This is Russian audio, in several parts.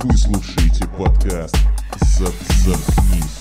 Вы слушаете подкаст «Заткнись».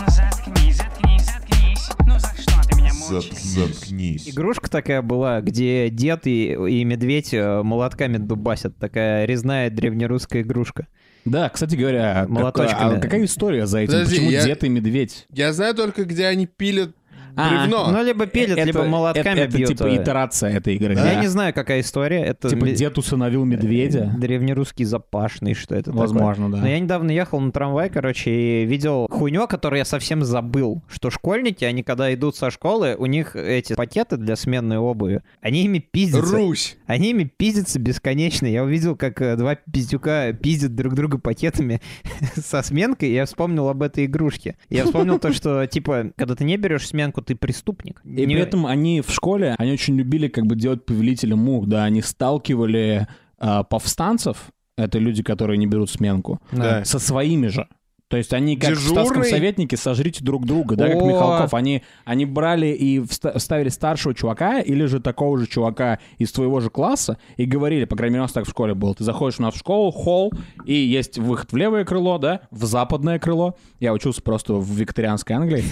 Ну за что ты меня мучаешь? Заткнись. Игрушка такая была, где дед и медведь молотками дубасят. Такая резная древнерусская игрушка. Да, кстати говоря, Молоточками. какая история за этим? Подожди, Почему я- дед и медведь? Я знаю только, где они пилят бревно. Ну, либо пилят, либо молотками это бьют. типа итерация этой игры. Да. Я не знаю, какая история. Это Типа дед усыновил медведя? древнерусский запашный, что это такое. Возможно, да. Но я недавно ехал на трамвай, короче, и видел хуйню, которую я совсем забыл, что школьники, они когда идут со школы, у них эти пакеты для сменной обуви, они ими пиздятся. Русь. Они ими пиздятся бесконечно. Я увидел, как два пиздюка пиздят друг друга пакетами со сменкой, и я вспомнил об этой игрушке. Я вспомнил то, что, типа, когда ты не берешь сменку, ты преступник. И при этом они в школе, они очень любили как бы делать повелителя мух, да, они сталкивали повстанцев, это люди, которые не берут сменку, Да. со своими же. То есть они, как в Дежурный? «Статском советнике», сожрите друг друга, да, как О! Михалков. Они брали и ставили старшего чувака или же такого же чувака из твоего же класса и говорили, по крайней мере, у нас так в школе было, ты заходишь у нас в школу, холл, и есть выход в левое крыло, да, в западное крыло. Я учился просто в викторианской Англии.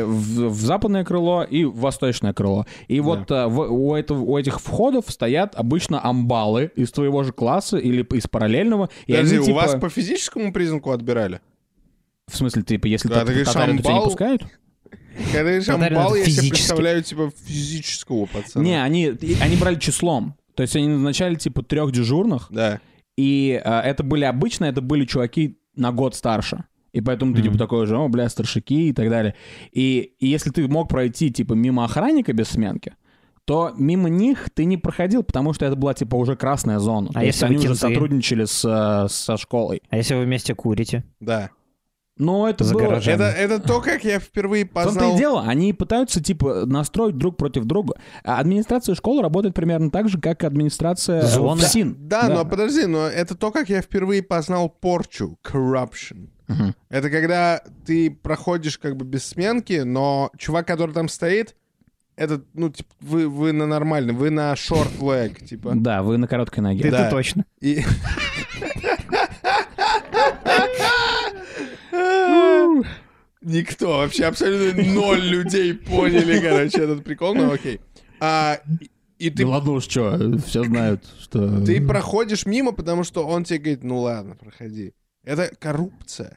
В западное крыло и в восточное крыло. И вот у этих входов стоят обычно амбалы из твоего же класса или из параллельного. И Подожди, они, у вас типа, по физическому признаку отбирали? в смысле, типа, если Да, ты ты говоришь, татарин, то тебя не амбал? пускают? Когда говоришь Татарин амбал, это я себе физически. представляю, типа, физического пацана. Не, они брали числом. То есть они назначали, типа, 3 дежурных, Да. и это были чуваки на год старше. И поэтому ты, типа, такой же, бля, старшики и так далее. И если ты мог пройти, типа, мимо охранника без сменки, то мимо них ты не проходил, потому что это была, типа, уже красная зона. А То есть если вы они уже кенты? сотрудничали со школой. А если вы вместе курите? Да. Но это За было... гаражами. Это то, как я впервые В том-то познал... и дело, они пытаются, типа, настроить друг против друга. А администрация школы работает примерно так же, как администрация Зоны. в СИН. Да, но подожди, но это то, как я впервые познал порчу, corruption. Мгм. Это когда ты проходишь как бы без сменки, но чувак, который там стоит, это, ну, типа, вы на нормальном, вы на short leg, типа. Да, вы на короткой ноге. Да. Ты точно. И... Никто, вообще абсолютно 0 людей поняли, короче, этот прикол, ну окей. И ты, Да ладно уж, что, все знают, что... ты проходишь мимо, потому что он тебе говорит, ну ладно, проходи. Это коррупция.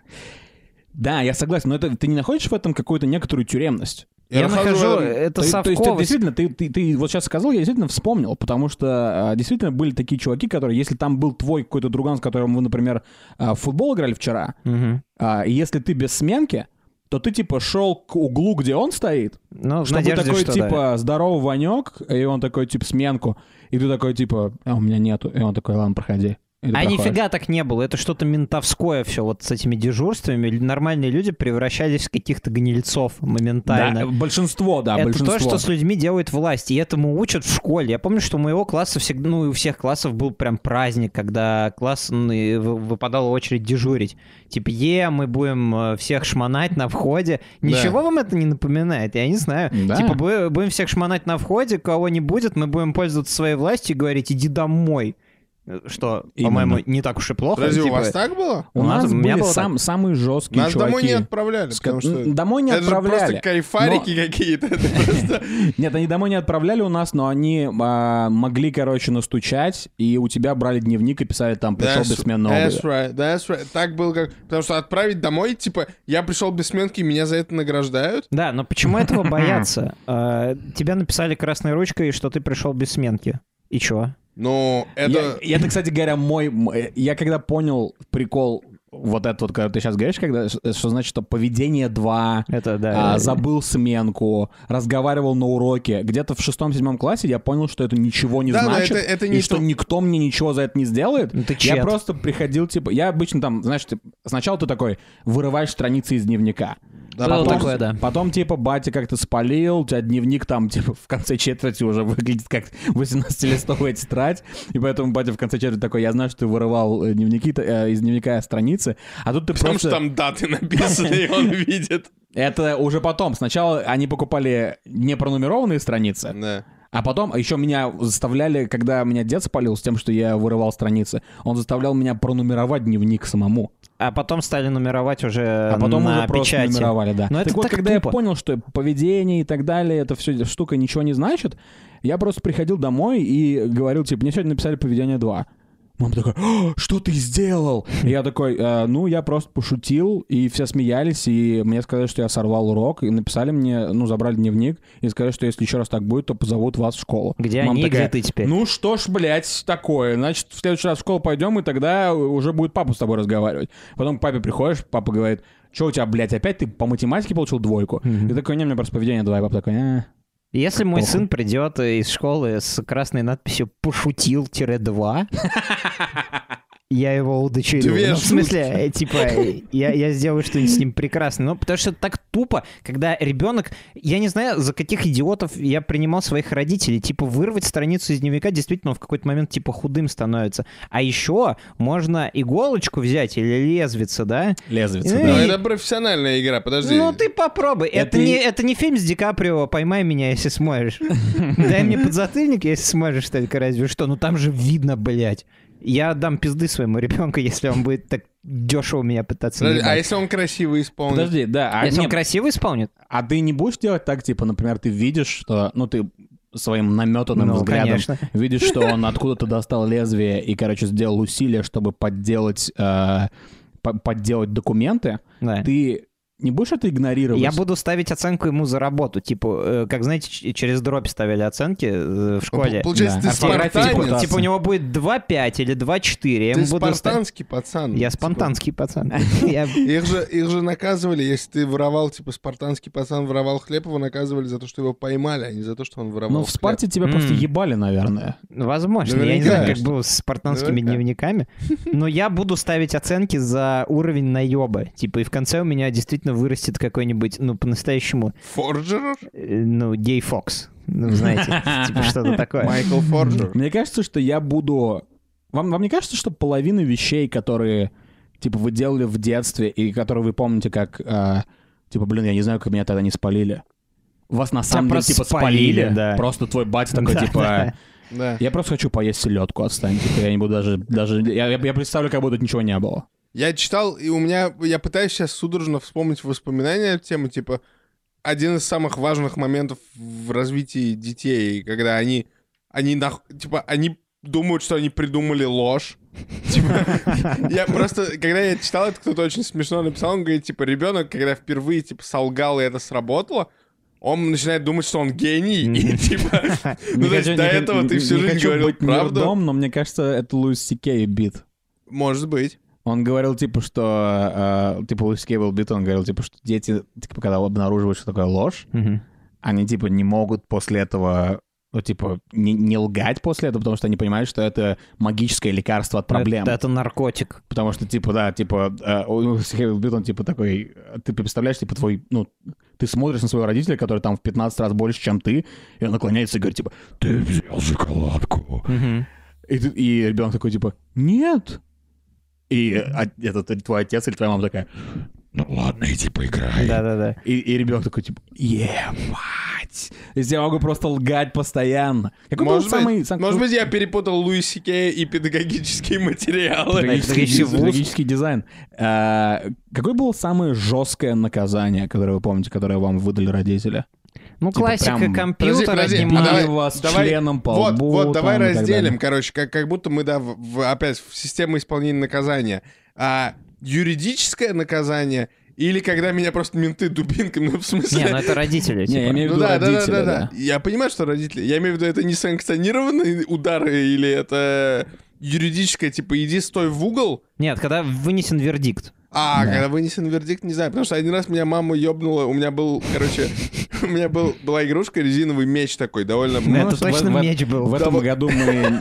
Да, я согласен, но это, ты не находишь в этом какую-то некоторую тюремность? Я нахожу, в этом- это То есть, совковость. действительно, ты вот сейчас сказал, я действительно вспомнил, потому что действительно были такие чуваки, которые, если там был твой какой-то друган, с которым вы, например, в футбол играли вчера, Мгм. и если ты без сменки, то ты, типа, шел к углу, где он стоит, Ну, в чтобы надежде, такой, что типа, да. здоровый Ванек, и он такой, типа, сменку, и ты такой, типа, у меня нету, и он такой, ладно, проходи. И ты А проходишь. нифига так не было. Это что-то ментовское все вот с этими дежурствами. Нормальные люди превращались в каких-то гнильцов моментально. Да, большинство, да, это большинство. то, что с людьми делает власть, и этому учат в школе. Я помню, что у моего класса всегда, ну, и у всех классов был прям праздник, когда класс выпадала очередь дежурить. Типа, мы будем всех шмонать на входе. Ничего вам это не напоминает? Я не знаю. Да. Типа, будем всех шмонать на входе, кого не будет, мы будем пользоваться своей властью и говорить, иди домой. Что, Именно. по-моему, не так уж и плохо. Подожди, у Типа, вас так было? У нас у меня были было так. самые жесткие Нас чуваки. домой не отправляли, потому что... Домой не это же отправляли. просто кайфарики какие-то. Это просто... Нет, они домой не отправляли у нас, но они могли, короче, настучать, и у тебя брали дневник и писали там «пришел без сменной That's обуви». right, that's right. Так было как... Потому что отправить домой, типа, я пришел без сменки, меня за это награждают. Да, но почему этого бояться? Тебя написали красной ручкой, что ты пришел без сменки. И чё? Но это... Это, кстати говоря, я когда понял прикол вот это вот, когда ты сейчас говоришь, что значит, что поведение 2, Это, да. забыл сменку, разговаривал на уроке. Где-то в 6-7 классе я понял, что это ничего не Да, но значит, это и не что то. никто мне ничего за это не сделает. Ну, ты Я чет. просто приходил, типа, я обычно там, знаешь, сначала ты такой вырываешь страницы из дневника. Да, Было потом- такое, да. Потом, типа, батя как-то спалил, у тебя дневник там, типа, в конце четверти уже выглядит как 18-листовая тетрадь, и поэтому батя в конце четверти такой, я знаю, что ты вырывал дневники, из дневника страницы, а тут ты Потому просто... что там даты написаны, и он видит. Это уже потом. Сначала они покупали не пронумерованные страницы, Да. А потом еще меня заставляли, когда меня дед спалил с тем, что я вырывал страницы, он заставлял меня пронумеровать дневник самому. А потом стали нумеровать уже А потом на уже просто печати. нумеровали, да. Но это так вот, так когда я тупо. понял, что поведение и так далее, это все штука ничего не значит, я просто приходил домой и говорил, типа, мне сегодня написали поведение 2. Мама такая: что ты сделал? И я такой: ну, я просто пошутил, и все смеялись, и мне сказали, что я сорвал урок, и написали мне, ну, забрали дневник, и сказали, что если еще раз так будет, то позовут вас в школу. Где Мама они, такая: где ты теперь? ну что ж, блядь, такое, значит, в следующий раз в школу пойдем, и тогда уже будет папа с тобой разговаривать. Потом к папе приходишь, папа говорит: что у тебя, блядь, опять ты по математике получил 2? И такой: не, мне просто поведение 2, и папа такой: Если мой Похуй. сын придет из школы с красной надписью «пошутил-2», я его удочерю. Две Ну, в смысле, типа, я сделаю что-нибудь с ним прекрасное. Ну, потому что это так тупо, когда ребенок... Я не знаю, за каких идиотов я принимал своих родителей. Типа, вырвать страницу из дневника, действительно, он в какой-то момент, типа, худым становится. А еще можно иголочку взять или лезвица, да? лезвица, Ну, Но да. это профессиональная игра, подожди. Ну, ты попробуй. Это не фильм с Ди Каприо «Поймай меня, если сможешь». Дай мне подзатыльник, если сможешь, только разве что. Ну, там же видно, блядь. Я дам пизды своему ребенку, если он будет так дешево меня пытаться Подожди, наебать. а если он красиво исполнит? Подожди, да. Если не, он красиво исполнит? А ты не будешь делать так, типа, например, ты видишь, что, ну, ты своим наметанным Ну, взглядом конечно. видишь, что он откуда-то достал лезвие и, короче, сделал усилия, чтобы подделать документы, Да. ты не будешь это игнорировать? Я буду ставить оценку ему за работу. Типа, как, знаете, через дробь ставили оценки в школе. Получается, Да. ты Орфография, спартанец. Типа у него будет 2,5 или 2,4. Я Ты ему буду спартанский пацан. Я Типа, спонтанский пацан. Я- Их же наказывали, если ты воровал, типа, спартанский пацан воровал хлеб, его наказывали за то, что его поймали, а не за то, что он воровал Ну, в хлеб. Спарте тебя просто ебали, наверное. Возможно. Я не Наверняка. знаю, как было с спартанскими Наверняка. дневниками. Но я буду ставить оценки за уровень наеба. Типа, и в конце у меня действительно вырастет какой-нибудь, ну, по-настоящему, Форджер? ну, Гей Фокс. Ну, знаете, типа что-то такое. Майкл Форджер. Мне кажется, что я буду... Вам не кажется, что половина вещей, которые, типа, вы делали в детстве и которые вы помните как... типа, блин, я не знаю, как меня тогда не спалили. Вас на самом деле, просто типа, спалили, спалили. да. Просто твой батя такой, Да, типа... да. Да. Я просто хочу поесть селедку, отстань. Типа, я не буду даже... Я представлю, как будто ничего не было. Я читал, и я пытаюсь сейчас судорожно вспомнить воспоминания на тему, типа, один из самых важных моментов в развитии детей, когда они думают, что они придумали ложь. Типа, я просто, когда я читал это, кто-то очень смешно написал, он говорит, типа, ребенок, когда впервые, типа, солгал, и это сработало, он начинает думать, что он гений, и, типа, ну, то есть до этого ты всю не жизнь хочу говорил быть правду. нердом, но мне кажется, это Луис Сикей бит. Может быть. Он говорил, типа, что... типа, Луис Сикей был бит, он говорил, типа, что дети, типа, когда обнаруживают, что такое ложь, Мгм. они, типа, не могут после этого... Ну, типа, не лгать после этого, потому что они понимают, что это магическое лекарство от проблем. Это наркотик. Потому что, типа, да, типа, он, типа, такой, ты представляешь, типа, ну, ты смотришь на своего родителя, который там в 15 раз больше, чем ты, и он наклоняется и говорит, типа, ты взял шоколадку. Мгм. И ребенок такой, типа, нет. И это твой отец или твоя мама такая, ну ладно, иди поиграй. Да-да-да. И ребенок такой, типа, ебать. То есть я могу просто лгать постоянно. Какой был Может быть, я перепутал Луис Сикея и педагогические материалы. Педагогический вуз. Педагогический дизайн. Какое было самое жесткое наказание, которое вы помните, которое вам выдали родители? Ну, Типа классика прям- компьютера Подожди, отнимает. давай- вас членом по лбу Вот, давай там и так разделим, далее. короче, как будто мы, да, опять в систему исполнения наказания. Юридическое наказание или когда меня просто менты дубинками, ну, в смысле... Не, ну это родители, Не, я типа. имею в Ну виду да, родители, да. Я понимаю, что родители. Я имею в виду, это не санкционированные удары или это юридическое, типа, иди стой в угол. Нет, когда вынесен вердикт. Когда вынесен вердикт, не знаю. Потому что один раз меня мама ёбнула, у меня был, короче, была игрушка, резиновый меч такой, довольно... Это точно меч был. В этом году мы...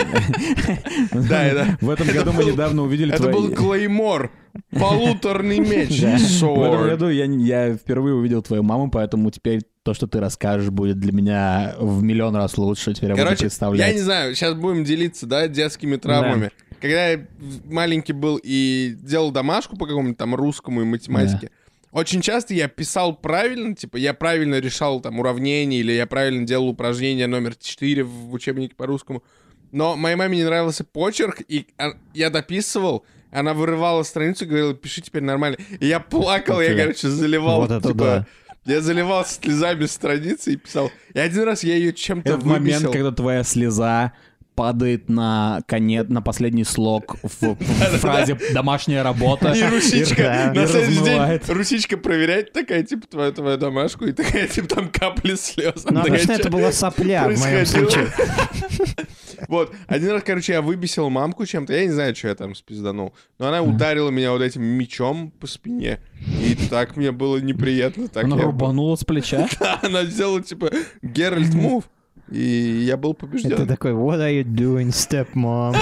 Да. В этом году мы недавно увидели Это был клеймор, полуторный меч. В этом Sword. году я впервые увидел твою маму, поэтому теперь то, что ты расскажешь, будет для меня в миллион раз лучше. Теперь я буду Короче, представлять. я не знаю, сейчас будем делиться, да, детскими травмами. Когда я маленький был и делал домашку по какому-нибудь там русскому и математике, очень часто я писал правильно, типа, я правильно решал там уравнения, или я правильно делал упражнение номер 4 в учебнике по русскому. Но моей маме не нравился почерк, и я дописывал, она вырывала страницу и говорила, пиши теперь нормально. И я плакал, я, короче, заливал, Вот это типа... да. Я заливал слезами страницы и писал. И один раз я ее чем-то Это в момент, выбесил. когда твоя слеза падает на конец, на последний слог в фразе «домашняя работа». И русичка, и на следующий день размывает. русичка проверяет такая, типа, твою домашку, и такая, типа, там капли слез. Ну, Такая, обычно «Чё это была сопля в моем происходило?» случае. Вот, один раз, короче, я выбесил мамку чем-то, я не знаю, что я там спизданул, но она ударила меня вот этим мечом по спине, и так мне было неприятно. Так Она я был- рубанула с плеча. Да, она сделала, типа, Геральт мув, и я был Ты побежден. такой, what are you doing, stepmom?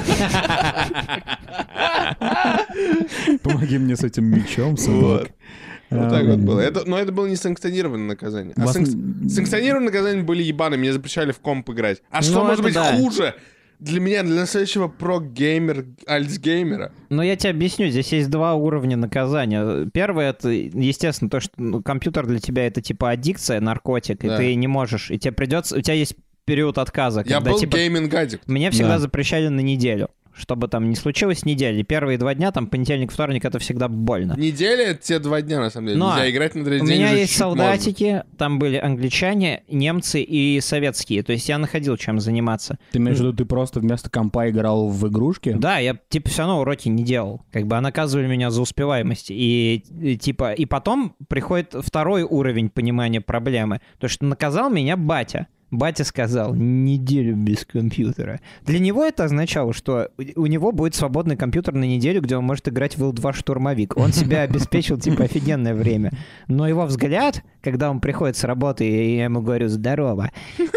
Помоги мне с этим мечом, Вот. сынок. Вот так вот было. Но это было не санкционированное наказание. А Вас- санкционированные наказания были ебаные, мне запрещали в комп играть. А что Ну, может это быть да. хуже для меня, для настоящего про-геймер, альцгеймера? Ну, я тебе объясню, здесь есть два уровня наказания. Первое, это, естественно, то, что компьютер для тебя это типа аддикция, наркотик, Да. и ты не можешь, и тебе придется, у тебя есть период отказа, Я когда был типа гейминг-аддикт. меня всегда Да. запрещали на неделю. Чтобы там не случилось недели. Первые 2 дня, там понедельник, вторник, это всегда больно. Неделя — это те 2 дня, на самом деле. Но Нельзя играть на 3 У дня. меня уже есть чуть-чуть можно. солдатики, там были англичане, немцы и советские. То есть я находил чем заниматься. Ты имеешь в виду, ты просто вместо компа играл в игрушки? Да, я типа все равно уроки не делал. Как бы наказывали меня за успеваемость. И типа, и потом приходит второй уровень понимания проблемы. То, что наказал меня батя. Батя сказал, неделю без компьютера. Для него это означало, что у него будет свободный компьютер на неделю, где он может играть в Ил-2 штурмовик. Он себя обеспечил, типа, офигенное время. Но его взгляд, когда он приходит с работы, и я ему говорю «здорово»,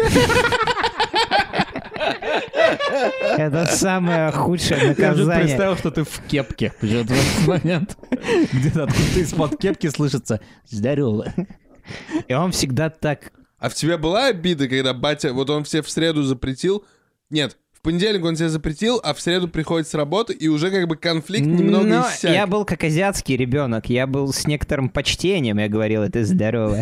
это самое худшее Я уже наказание. представил, что ты в кепке. Почему-то в этот момент. Где-то откуда-то из-под кепки слышится «здорово». И он всегда так... А в тебе была обида, когда батя, вот он все в среду запретил? Нет, в понедельник он тебе запретил, а в среду приходит с работы, и уже как бы конфликт немного Но иссяк. я был как азиатский ребенок, я был с некоторым почтением, я говорил, это здорово.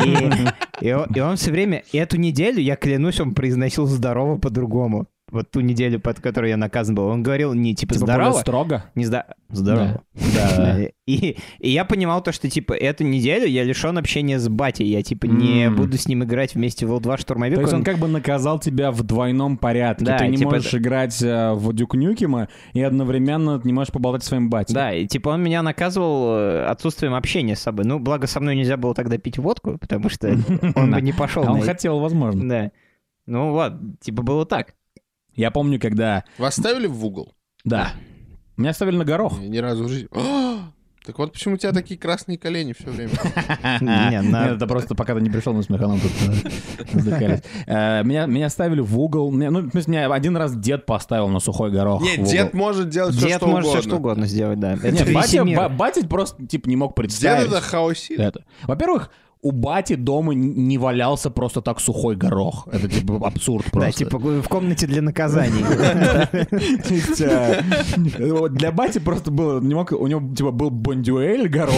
И он все время, эту неделю, я клянусь, он произносил здорово по-другому. Вот ту неделю, под которой я наказан был. Он говорил не типа Типа более здорово, строго? не здорово. Да. И я понимал то, что типа эту неделю я лишен общения с батей, я типа не буду с ним играть вместе в Ил-2 штурмовик. То есть он как бы наказал тебя в двойном порядке. Да, Ты не типа можешь играть в Дюк Нюкема и одновременно не можешь поболтать со своим батей. Да, и типа он меня наказывал отсутствием общения с собой. Ну, благо со мной нельзя было тогда пить водку, потому что он бы не пошел А на он это. хотел, возможно. Да. Ну вот, типа было так. Я помню, когда... Вас ставили в угол? Да. Меня ставили на горох. Ни разу в жизни. Так вот почему у тебя такие красные колени все время. Не, Нет, это просто пока ты не пришел, мы с Михаилом тут вздыхались. Меня ставили в угол. Ну, в смысле, меня один раз дед поставил на сухой горох. в Нет, угол. дед может делать все, Дед что может угодно. все что угодно сделать, да. Это Нет, весь мир. батя просто, типа, не мог Дед представить это хаосит. это. Во-первых, у бати дома не валялся просто так сухой горох. Это, типа, абсурд просто. Да, типа в комнате для наказаний. То есть, вот для бати просто было, у него типа был бондюэль горох,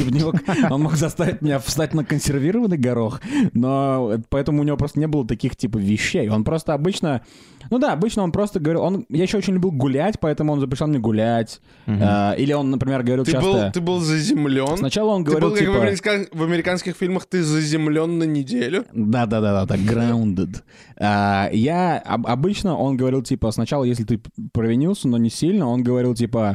он мог заставить меня встать на консервированный горох, но поэтому у него просто не было таких типа вещей. Он просто обычно он просто говорил, я еще очень любил гулять, поэтому он запрещал мне гулять. Или он, например, говорил часто... Ты был заземлен. Сначала он Ты говорил, был, как типа... в американских фильмах, ты заземлен на неделю. Да, так, grounded. Обычно он говорил, типа, сначала, если ты провинился, но не сильно, он говорил, типа,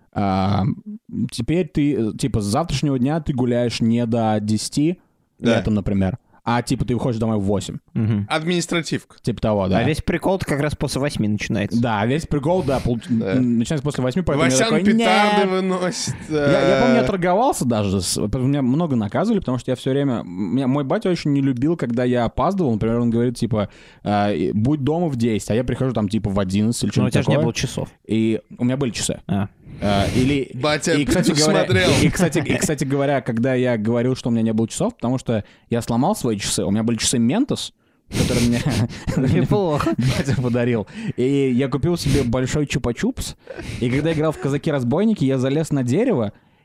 теперь ты, типа, с завтрашнего дня ты гуляешь не до 10 Да. летом, например, а, типа, ты выходишь домой в 8. Административка. Типа того, да. А весь прикол как раз после 8 начинается. Да, весь прикол, да, начинается после 8, поэтому я Васян такой, петарды «Нет». выносит. Я помню, я торговался даже. Меня много наказывали, потому что я все время... Мой батя очень не любил, когда я опаздывал. Например, он говорит, типа, будь дома в 10, а я прихожу там, типа, в 11 или Но у что-нибудь тебя же не такое. было часов. И у меня были часы. Или... Батя И, кстати говоря, предусмотрел. и, кстати говоря, когда я говорил, что у меня не было часов, потому что я сломал свои часы, у меня были часы Mentos, которые мне Неплохо. батя подарил. И я купил себе большой чупа-чупс, и когда играл в «Казаки-разбойники», я залез на дерево,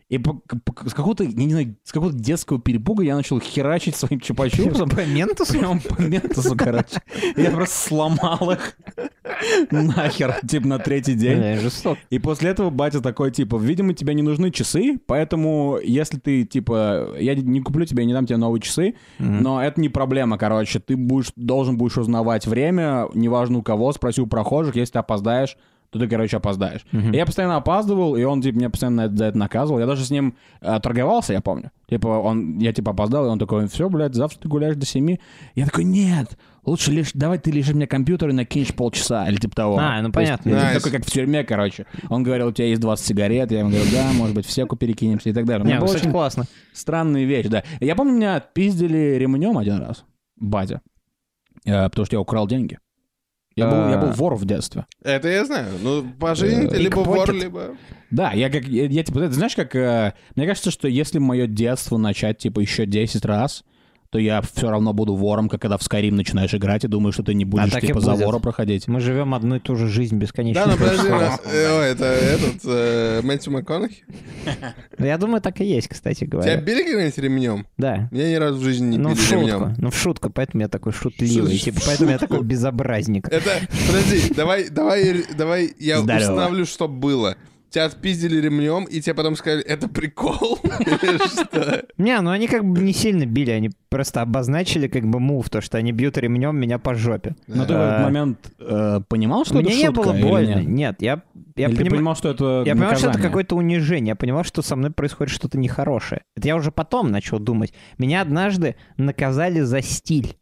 И с какого-то, я не знаю, с какого-то детского перепуга я начал херачить своим чупа-чупсом. По Ментусу? Прям по Ментусу, короче. Я просто сломал их нахер, типа, на третий день. Бля, жесток. И после этого батя такой, типа, видимо, тебе не нужны часы, поэтому если ты, типа, я не куплю тебе, не дам тебе новые часы, но это не проблема, короче. Ты должен будешь узнавать время, неважно у кого, спроси у прохожих, если ты опоздаешь, то ты, короче, опоздаешь. И я постоянно опаздывал, и он, типа, меня постоянно за это наказывал. Я даже с ним торговался, я помню. Типа, я, типа, опоздал, и он такой, все, блядь, завтра ты гуляешь до 7. Я такой, нет, лучше давай ты лишь мне компьютер и накинешь полчаса, или типа того. Ну понятно. То есть, такой, как в тюрьме, короче. Он говорил, у тебя есть 20 сигарет. Я ему говорю, да, может быть, в секу перекинемся и так далее. У меня Не, была кстати, очень классно. странная вещь, да. Я помню, меня отпиздили ремнем один раз, батя, потому что я украл деньги. Я был вор в детстве. Это я знаю. Ну, по жизни ты либо вор, либо... Да, я типа, ты знаешь, как... мне кажется, что если мое детство начать, типа, еще 10 раз, то я все равно буду вором, как когда в Skyrim начинаешь играть и думаешь, что ты не будешь, так и типа, за будет. вора проходить. Мы живем одну и ту же жизнь бесконечно. Да, ну подожди, это этот Мэтью МакКонахи? Я думаю, так и есть, кстати Тебя говоря. били когда-нибудь ремнем? Да. Меня ни разу в жизни не Ну, били в шутку. ремнем. Ну, в шутку, поэтому я такой шутливый. Что Типа, в поэтому я шутку? такой безобразник. Это, подожди, давай я Здорово. установлю, что было. Тебя отпиздили ремнем, и тебе потом сказали, это прикол? Или что? Не, ну они как бы не сильно били, они просто обозначили как бы мув, то, что они бьют ремнем меня по жопе. Но ты в этот момент понимал, что Мне это не шутка, было или больно. нет? Нет, я Или ты понимал, что это Я понимал, что это наказание? какое-то унижение. Я понимал, что со мной происходит что-то нехорошее. Это я уже потом начал думать. Меня однажды наказали за стиль.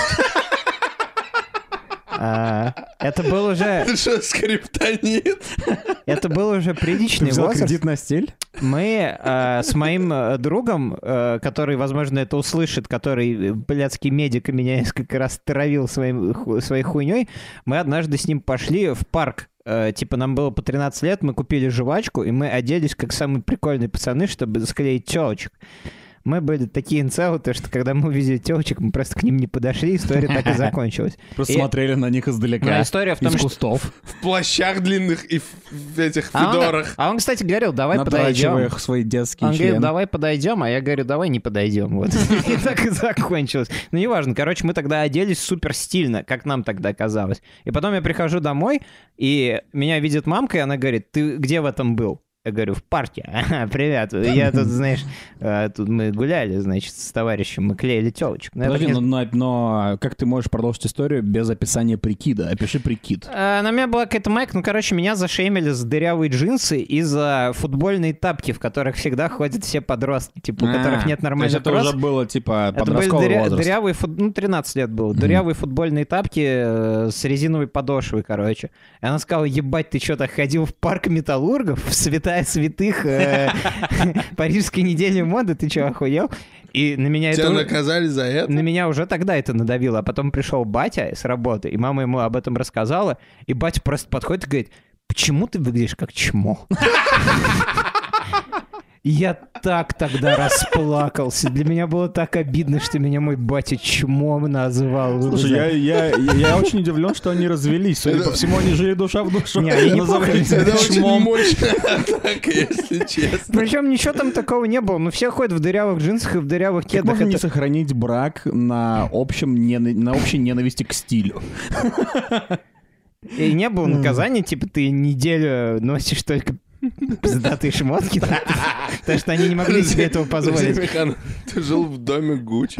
Это был уже... Ты что, скриптонит? Это был уже приличный Взял возраст. кредит на стиль? Мы с моим другом, который, возможно, это услышит, который блядский медик и меня несколько раз травил своей хуйней, мы однажды с ним пошли в парк. Типа нам было по 13 лет, мы купили жвачку, и мы оделись как самые прикольные пацаны, чтобы склеить телочек. Мы были такие инцелы, то что когда мы увидели телочек, мы просто к ним не подошли, история так и закончилась. Просто И- смотрели на них издалека, Но история в том, из что... кустов, В плащах длинных и в этих А федорах. он, кстати, говорил, давай надрачивая подойдем. их свои детские Он говорит, члены. давай подойдем, а я говорю, давай не подойдем. Вот. И так и закончилось. Ну, неважно. Короче, мы тогда оделись супер стильно, как нам тогда казалось. И потом я прихожу домой, и меня видит мамка, и она говорит, ты где в этом был? Я говорю, в парке. Ага, привет. Я тут, знаешь, тут мы гуляли, значит, с товарищем, мы клеили телочек. Подожди, но как ты можешь продолжить историю без описания прикида? Опиши прикид. На меня была какая-то майка, ну, короче, меня зашеймили за дырявые джинсы и за футбольные тапки, в которых всегда ходят все подростки, типа, у которых нет То есть нормальных это кросс. уже было, типа, Это были подростковый возраст. дырявые, ну, 13 лет было. Дырявые футбольные тапки с резиновой подошвой, короче. И она сказала, ебать, ты что, так ходил в парк металлургов, в святая святых Парижской недели моды, ты что, охуел? И на меня Тебя это... наказали за это? На меня уже тогда это надавило, а потом пришел батя с работы, и мама ему об этом рассказала, и батя просто подходит и говорит, почему ты выглядишь как чмо? И я так тогда расплакался. Для меня было так обидно, что меня мой батя чмом называл. Слушай, я очень удивлен, что они развелись. Судя по всему, они жили душа в душу. Не, они не Назывались похожи. Это очень чмом. мощная атака, если честно. Причем ничего там такого не было. Ну, все ходят в дырявых джинсах и в дырявых Как кедах. можно не Это- сохранить брак на общей ненависти к стилю? И не было наказания, типа ты неделю носишь только пиздатые шмотки, потому что они не могли себе этого позволить. Михан, ты жил в доме Гуччи.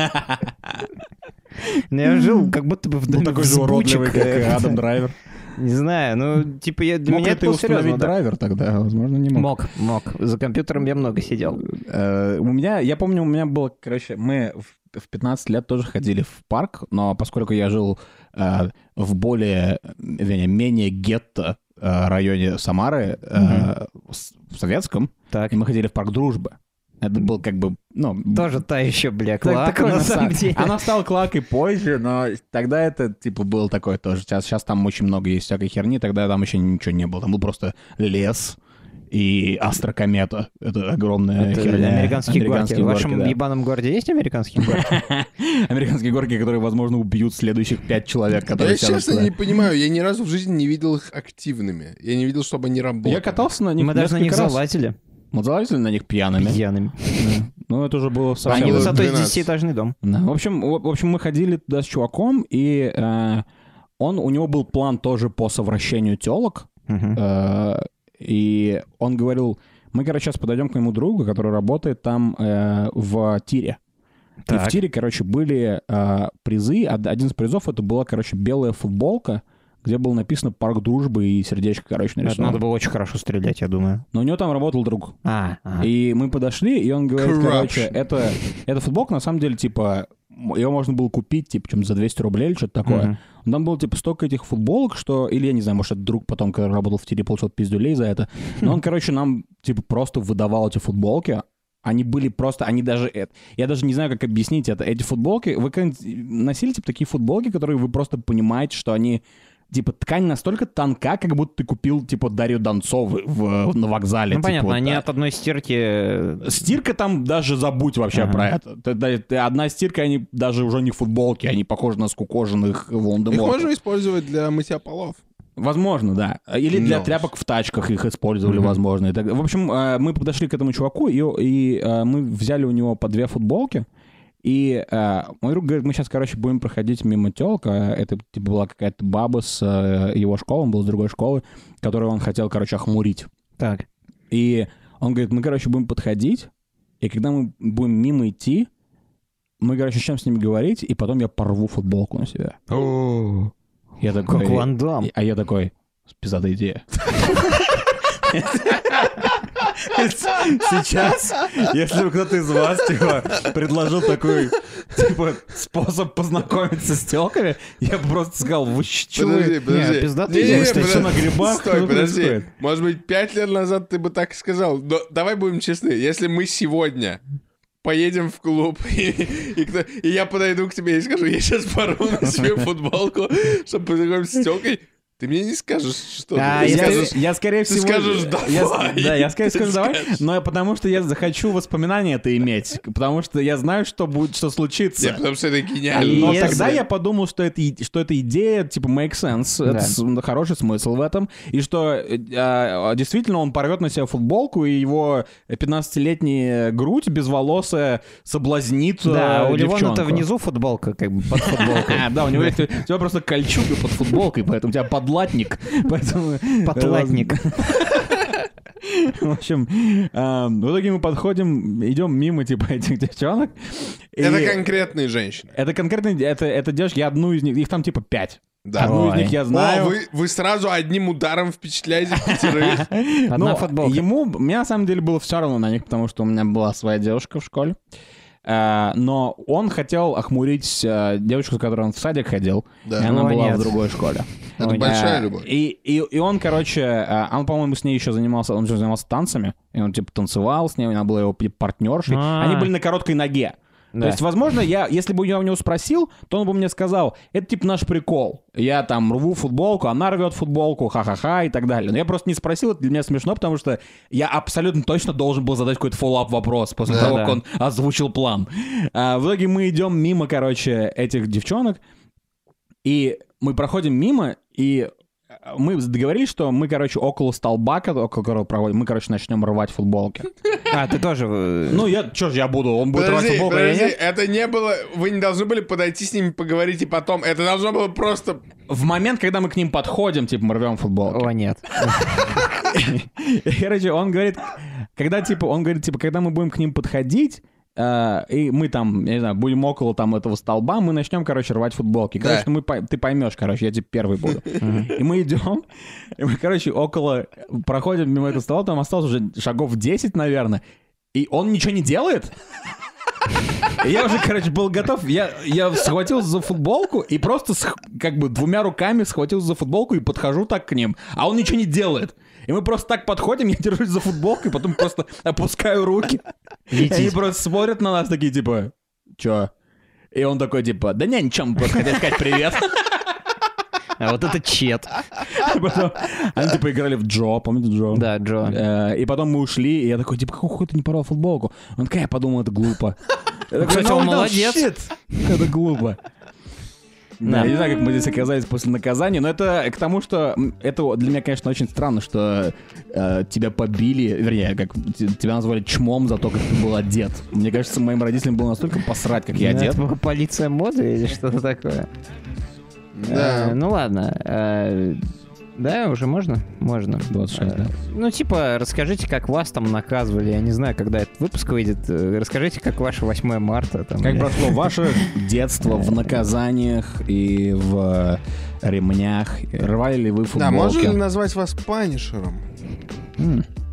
Но я жил как будто бы в доме Такой же уродливый, взбучек. как и Адам Драйвер. Не знаю, ну, типа, для Мог меня ли это ты было серьезно. установить да. драйвер тогда? Возможно, не мог. Мог. За компьютером я много сидел. Я помню, у меня было, короче, мы в 15 лет тоже ходили в парк, но поскольку я жил в менее гетто районе Самары, в Советском, Так. и мы ходили в парк Дружбы. Это был как бы, ну... Тоже та еще, бля, так- клака, такой на самом деле. Она стала клакой позже, но тогда это, типа, было такое тоже. Сейчас там очень много есть всякой херни, тогда там еще ничего не было. Там был просто лес и астрокомета. Это огромная Это херня. американские горки. В вашем да. ебаном городе есть американские горки? Американские горки, которые, возможно, убьют следующих 5 человек, Я, которые сядут честно, туда. не понимаю, я ни разу в жизни не видел их активными. Я не видел, чтобы они работали. Я катался на них Мы даже на них несколько раз. залазили. Мы залазили на них пьяными. Пьяными. Ну, это уже было совсем... Они было высотой 12. 10-этажный дом. Да. В общем, мы ходили туда с чуваком, и у него был план тоже по совращению телок. И он говорил, мы, короче, сейчас подойдем к моему другу, который работает там в тире. И в тире, короче, были призы. Один из призов это была, короче, белая футболка, где было написано «Парк дружбы» и сердечко, короче, Это нарисовано. надо было очень хорошо стрелять, я думаю. Но у него там работал друг. Ага. И мы подошли, и он говорит, Corruption. короче, эта футболка, на самом деле, типа, ее можно было купить, типа, чем-то за 200 рублей или что-то такое. Там было, типа, столько этих футболок, что... Или, я не знаю, может, этот друг потом, когда работал в тире, получил пиздюлей за это. Но он, короче, нам, типа, просто выдавал эти футболки. Они были просто... Они даже... Я даже не знаю, как объяснить это. Эти футболки... Вы когда-нибудь носили, типа, такие футболки, которые вы просто понимаете, что они... Типа, ткань настолько тонка, как будто ты купил, типа, Дарью Донцову на вокзале. Ну, типа, понятно, вот они так. от одной стирки... Стирка там даже забудь вообще про это. Одна стирка, они даже уже не футболки, они похожи на скукоженных Их Волан-де-Мортов. можно использовать для мытья полов. Возможно, да. Или для No. тряпок в тачках их использовали, возможно. И так- В общем, мы подошли к этому чуваку, и мы взяли у него по 2 футболки. И мой друг говорит, мы сейчас, короче, будем проходить мимо тёлка. Это типа была какая-то баба с его школы, он был с другой школы, которую он хотел, короче, охмурить. Так. И он говорит, мы, короче, будем подходить, и когда мы будем мимо идти, мы, короче, начнем с ними говорить, и потом я порву футболку на себя. Я такой... Как Ван Дам. А я такой, пиздатая идея. Сейчас, если бы кто-то из вас, типа, предложил такой, типа, способ познакомиться с телками, я бы просто сказал, вы чё? Подожди, подожди. Не, пиздатый Не-не-не, идея, кстати, что на грибах, Стой, что подожди. происходит? Может быть, 5 лет назад ты бы так и сказал. Но давай будем честны. Если мы сегодня поедем в клуб, и я подойду к тебе и скажу, я сейчас порву на себе футболку, чтобы познакомиться с телкой, ты мне не скажешь, что А, ты если- скажешь. Я, скорее ты всего... скажешь «давай». Я скорее Ты скажу «давай», скажешь. но потому что я захочу воспоминания это иметь, потому что я знаю, что будет, что случится. Нет, потому что это гениально. Но Если- тогда я подумал, что эта идея, типа, make sense, Да. это хороший смысл в этом, и что действительно он порвет на себя футболку, и его 15-летняя грудь безволосая соблазнит Да, у девчонку. Ливона-то внизу футболка, как бы под футболкой. Да, у него есть, у тебя просто кольчуга под футболкой, поэтому у тебя подлатник, поэтому... Потлатник. В общем, в итоге мы подходим, идем мимо, типа, этих девчонок. и- Это конкретные женщины. Это конкретно, это девушки, я одну из них, их там типа 5. Да. Одну из Ой. них я знаю. О, вы сразу одним ударом впечатляете 5. Одна Но футболка. мне на самом деле было все равно на них, потому что у меня была своя девушка в школе. Но он хотел охмурить девочку, с которой он в садик ходил, Да. и она О, была нет. в другой школе. Это Ой, большая Э, любовь. И он, короче, он, по-моему, с ней еще занимался, он же занимался танцами, и он, типа, танцевал с ней, она была его партнершей. А. Они были на короткой ноге. Да. То есть, возможно, если бы я у него спросил, то он бы мне сказал, это, типа, наш прикол. Я там рву футболку, она рвет футболку, ха-ха-ха и так далее. Но я просто не спросил, это для меня смешно, потому что я абсолютно точно должен был задать какой-то фоллоуап вопрос после того, как он озвучил план. В итоге мы идем мимо, короче, этих девчонок, и мы проходим мимо, и мы договорились, что мы, короче, около столба, около которого проводим, мы, короче, начнем рвать футболки. А, ты тоже... Ну, чё ж я буду, он будет рвать Подожди, футболку, а я подожди, нет? это не было... Вы не должны были подойти с ними, поговорить и потом. Это должно было просто... В момент, когда мы к ним подходим, типа, мы рвем футболки. О, нет. И, короче, он говорит, когда мы будем к ним подходить, и мы там, я не знаю, будем около там этого столба, мы начнем, короче, рвать футболки. Короче, ты поймешь, короче, я тебе первый буду. И мы идем, и мы, короче, проходим мимо этого стола, там осталось уже шагов 10, наверное, и он ничего не делает. И я уже, короче, был готов. Я схватился за футболку и просто как бы 2 руками схватился за футболку и подхожу так к ним. А он ничего не делает. И мы просто так подходим, я держусь за футболку, и потом просто опускаю руки. И они просто смотрят на нас такие, типа, чё? И он такой, типа, да не, ничего, мы просто хотели сказать привет. А вот это чет. И потом они, типа, играли в Джо, помните Джо? Да, Джо. И потом мы ушли, и я такой, типа, какой ты не порвал футболку? Он такой, я подумал, это глупо. Я такой, Кстати, «No, он no, молодец. shit». Это глупо. Да, я не знаю, как мы здесь оказались после наказания, но это к тому, что это для меня, конечно, очень странно, что тебя побили, вернее, как тебя назвали чмом за то, как ты был одет. Мне кажется, моим родителям было настолько посрать, как я одет. Это была полиция моды или что-то такое? Да. Ну ладно. Да, уже можно? Можно. 26, да. Ну, типа, расскажите, как вас там наказывали. Я не знаю, когда этот выпуск выйдет. Расскажите, как ваше 8 марта. Там, Как прошло ваше детство в наказаниях и в ремнях? Рвали ли вы Да, футболки? можно ли назвать вас Панишером?